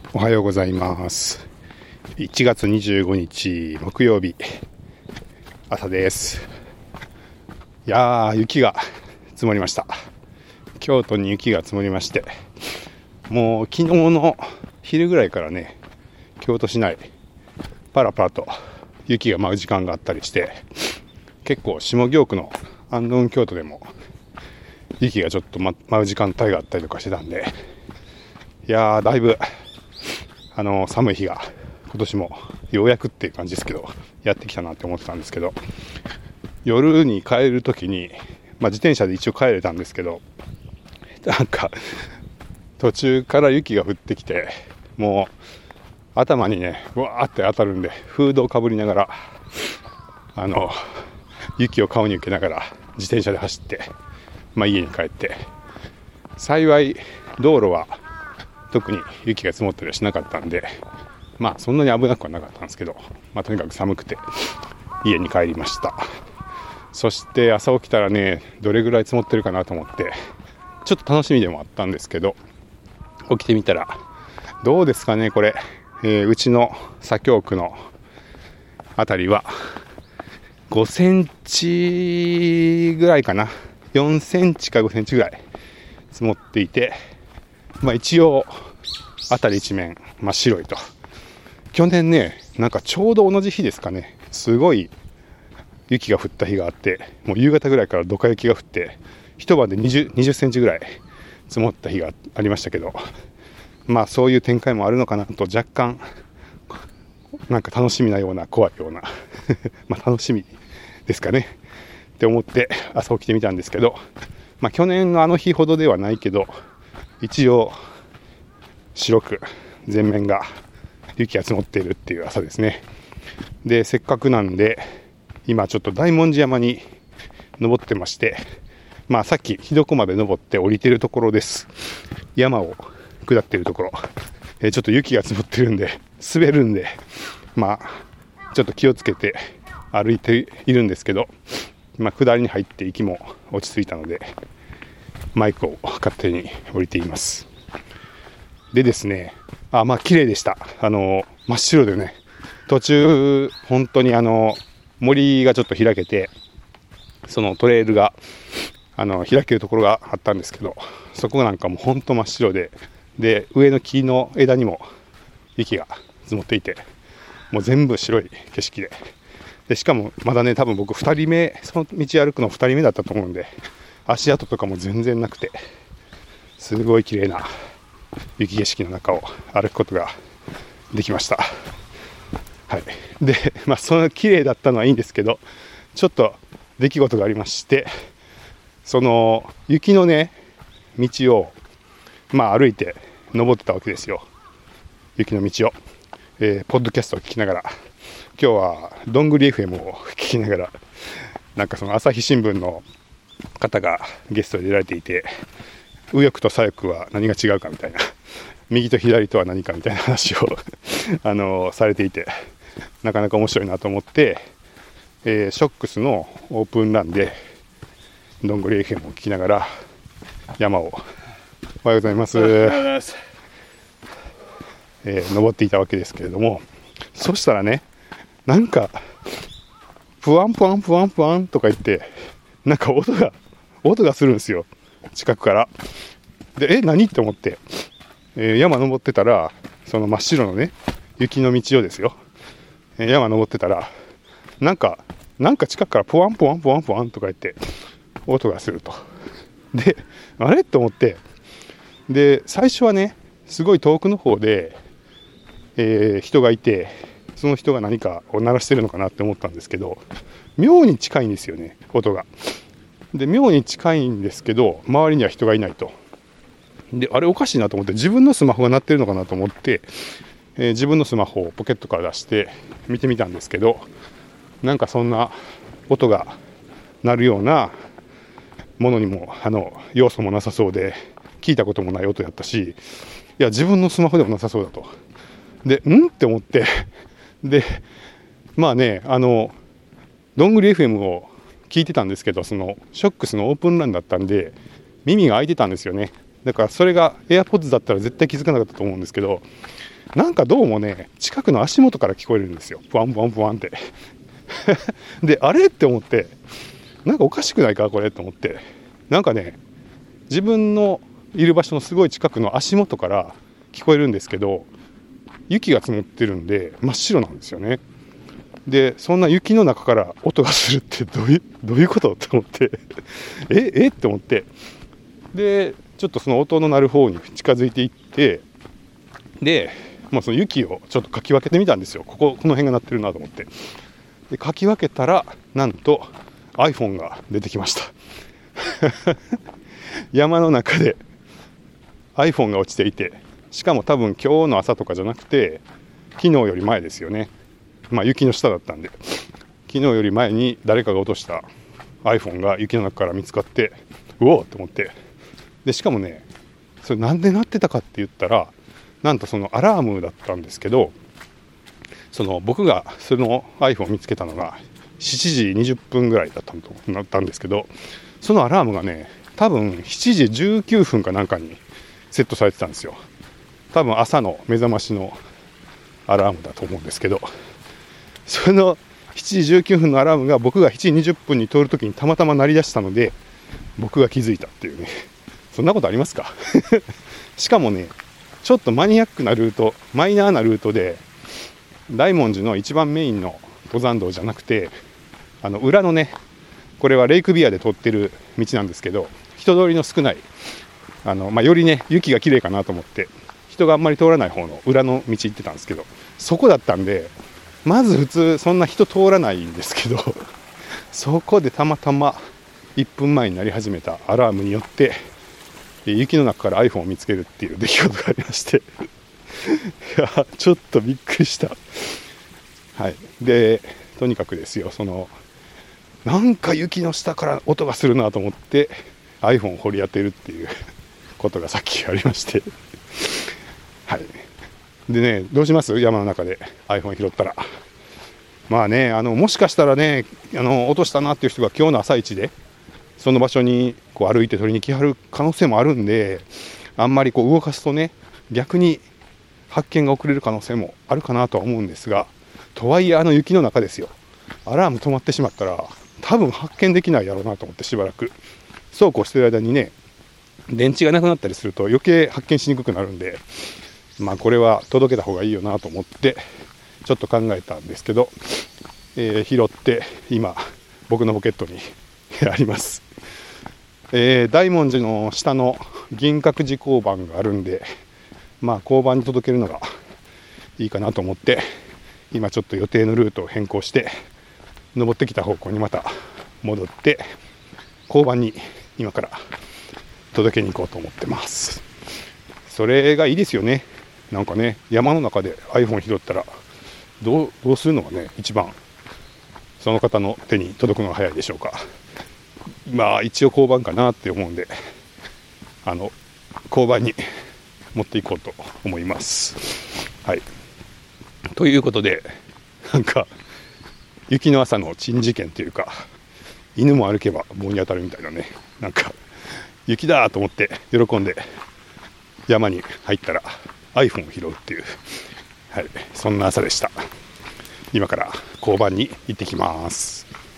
おはようございます。1月25日木曜日朝です。いやー、雪が積もりました。京都に雪が積もりまして、もう昨日の昼ぐらいからね、京都市内パラパラと雪が舞う時間があったりして、結構下京区の安曇京都でも雪がちょっと舞う時間帯があったりとかしてたんで、いやー、だいぶ寒い日が今年もようやくっていう感じですけどやってきたなって思ってたんですけど、夜に帰るときに、自転車で一応帰れたんですけど、なんか途中から雪が降ってきて、もう頭にねわーって当たるんで、フードをかぶりながら雪を顔に受けながら自転車で走って、家に帰って、幸い道路は特に雪が積もったりはしなかったんで、そんなに危なくはなかったんですけど、とにかく寒くて家に帰りました。そして朝起きたらね、どれぐらい積もってるかなと思ってちょっと楽しみでもあったんですけど、起きてみたらどうですかねこれ、うちの左京区のあたりは5センチぐらいかな、4センチか5センチぐらい積もっていて、一応辺り一面真っ白いと。去年ね、なんかちょうど同じ日ですかね、すごい雪が降った日があって、もう夕方ぐらいからドカ雪が降って一晩で20センチぐらい積もった日がありましたけど、そういう展開もあるのかなと、若干なんか楽しみなような怖いような楽しみですかねって思って朝起きてみたんですけど、去年のあの日ほどではないけど、一応白く全面が雪が積もっているっていう朝ですね。で、せっかくなんで今ちょっと大文字山に登ってまして、さっき日床まで登って降りてるところです。山を下ってるところ、ちょっと雪が積もってるんで滑るんで、ちょっと気をつけて歩いているんですけど、下りに入って息も落ち着いたのでマイクを勝手に降りています。でですね、綺麗でした。真っ白でね、途中本当に森がちょっと開けて、そのトレイルが開けるところがあったんですけど、そこなんかも本当真っ白で、上の木の枝にも雪が積もっていて、もう全部白い景色で、しかもまだね、多分僕2人目、その道歩くの2人目だったと思うんで、足跡とかも全然なくて、すごい綺麗な雪景色の中を歩くことができました。はい。で、その綺麗だったのはいいんですけど、ちょっと出来事がありまして、その雪のね道を歩いて登ってたわけですよ。雪の道を、ポッドキャストを聞きながら、今日はどんぐり FM を聞きながら、なんかその朝日新聞の方がゲストで出られていて、右翼と左翼は何が違うかみたいな、右と左とは何かみたいな話をされていて、なかなか面白いなと思って、ショックスのオープンランでどんぐり FM を聞きながら山を、おはようございます、登っていたわけですけれども、そしたらね、なんかプワンプワンプワンプワンとか言って、なんか音がするんですよ、近くから。で、何って思って、山登ってたら、その真っ白のね雪の道をですよ、山登ってたら、なんか近くからポワンポワンポワンポワンとか言って音がすると。で、あれと思って、で最初はね、すごい遠くの方で、人がいて、その人が何かを鳴らしてるのかなって思ったんですけど、妙に近いんですよね、音が。で、妙に近いんですけど、周りには人がいないと。で、あれおかしいなと思って、自分のスマホが鳴ってるのかなと思って、自分のスマホをポケットから出して見てみたんですけど、なんかそんな音が鳴るようなものにも要素もなさそうで、聞いたこともない音やったし、いや自分のスマホでもなさそうだと。で、って思って、でどんぐり FM を聞いてたんですけど、そのショックスのオープンランだったんで耳が開いてたんですよね。 だからそれが AirPods だったら絶対気づかなかったと思うんですけど、なんかどうもね、近くの足元から聞こえるんですよ。ブワンブワンブワンってで、あれって思って、なんかおかしくないかこれと思って、なんかね、自分のいる場所のすごい近くの足元から聞こえるんですけど、雪が積もってるんで真っ白なんですよね。で、そんな雪の中から音がするってどういうことって思ってって思って、でちょっとその音の鳴る方に近づいていって、で、その雪をちょっとかき分けてみたんですよ。この辺が鳴ってるなと思って、でかき分けたら、なんと iPhone が出てきました山の中で iPhone が落ちていて、しかも多分今日の朝とかじゃなくて昨日より前ですよね。雪の下だったんで、昨日より前に誰かが落とした iPhone が雪の中から見つかって、うおーと思って、でしかもね、それなんで鳴ってたかって言ったら、なんとそのアラームだったんですけど、その僕がその iPhone を見つけたのが7時20分ぐらいだったんですけど、そのアラームがね、多分7時19分かなんかにセットされてたんですよ。多分朝の目覚ましのアラームだと思うんですけど、その7時19分のアラームが僕が7時20分に通るときにたまたま鳴り出したので、僕が気づいたっていうね、そんなことありますかしかもね、ちょっとマニアックなルート、マイナーなルートで、大文字の一番メインの登山道じゃなくて、裏のね、これはレイクビアで通ってる道なんですけど、人通りの少ないよりね雪が綺麗かなと思って人があんまり通らない方の裏の道行ってたんですけど、そこだったんで、まず普通そんな人通らないんですけどそこでたまたま1分前になり始めたアラームによって雪の中から iPhone を見つけるっていう出来事がありましていやちょっとびっくりした。はい。でとにかくですよ、なんか雪の下から音がするなと思って iPhone を掘り当てるっていうことがさっきありましてはい。でね、どうします？山の中で iPhone 拾ったら。もしかしたらね、落としたなっていう人が今日の朝一でその場所にこう歩いて取りに来はる可能性もあるんで、あんまりこう動かすとね、逆に発見が遅れる可能性もあるかなとは思うんですが、とはいえ雪の中ですよ。アラーム止まってしまったら多分発見できないやろうなと思って、しばらくそうこうしてる間にね、電池がなくなったりすると余計発見しにくくなるんで、これは届けた方がいいよなと思ってちょっと考えたんですけど、拾って今僕のポケットにあります。大文字の下の銀閣寺交番があるんで、交番に届けるのがいいかなと思って、今ちょっと予定のルートを変更して登ってきた方向にまた戻って交番に今から届けに行こうと思ってます。それがいいですよね。なんかね、山の中で iPhone 拾ったらどうするのがね、一番その方の手に届くのが早いでしょうか。一応交番かなって思うんで、交番に持っていこうと思います。はい。ということで、なんか雪の朝の珍事件というか、犬も歩けば棒に当たるみたいなね、なんか雪だと思って喜んで山に入ったら iPhone を拾うっていう、はい、そんな朝でした。今から交番に行ってきます。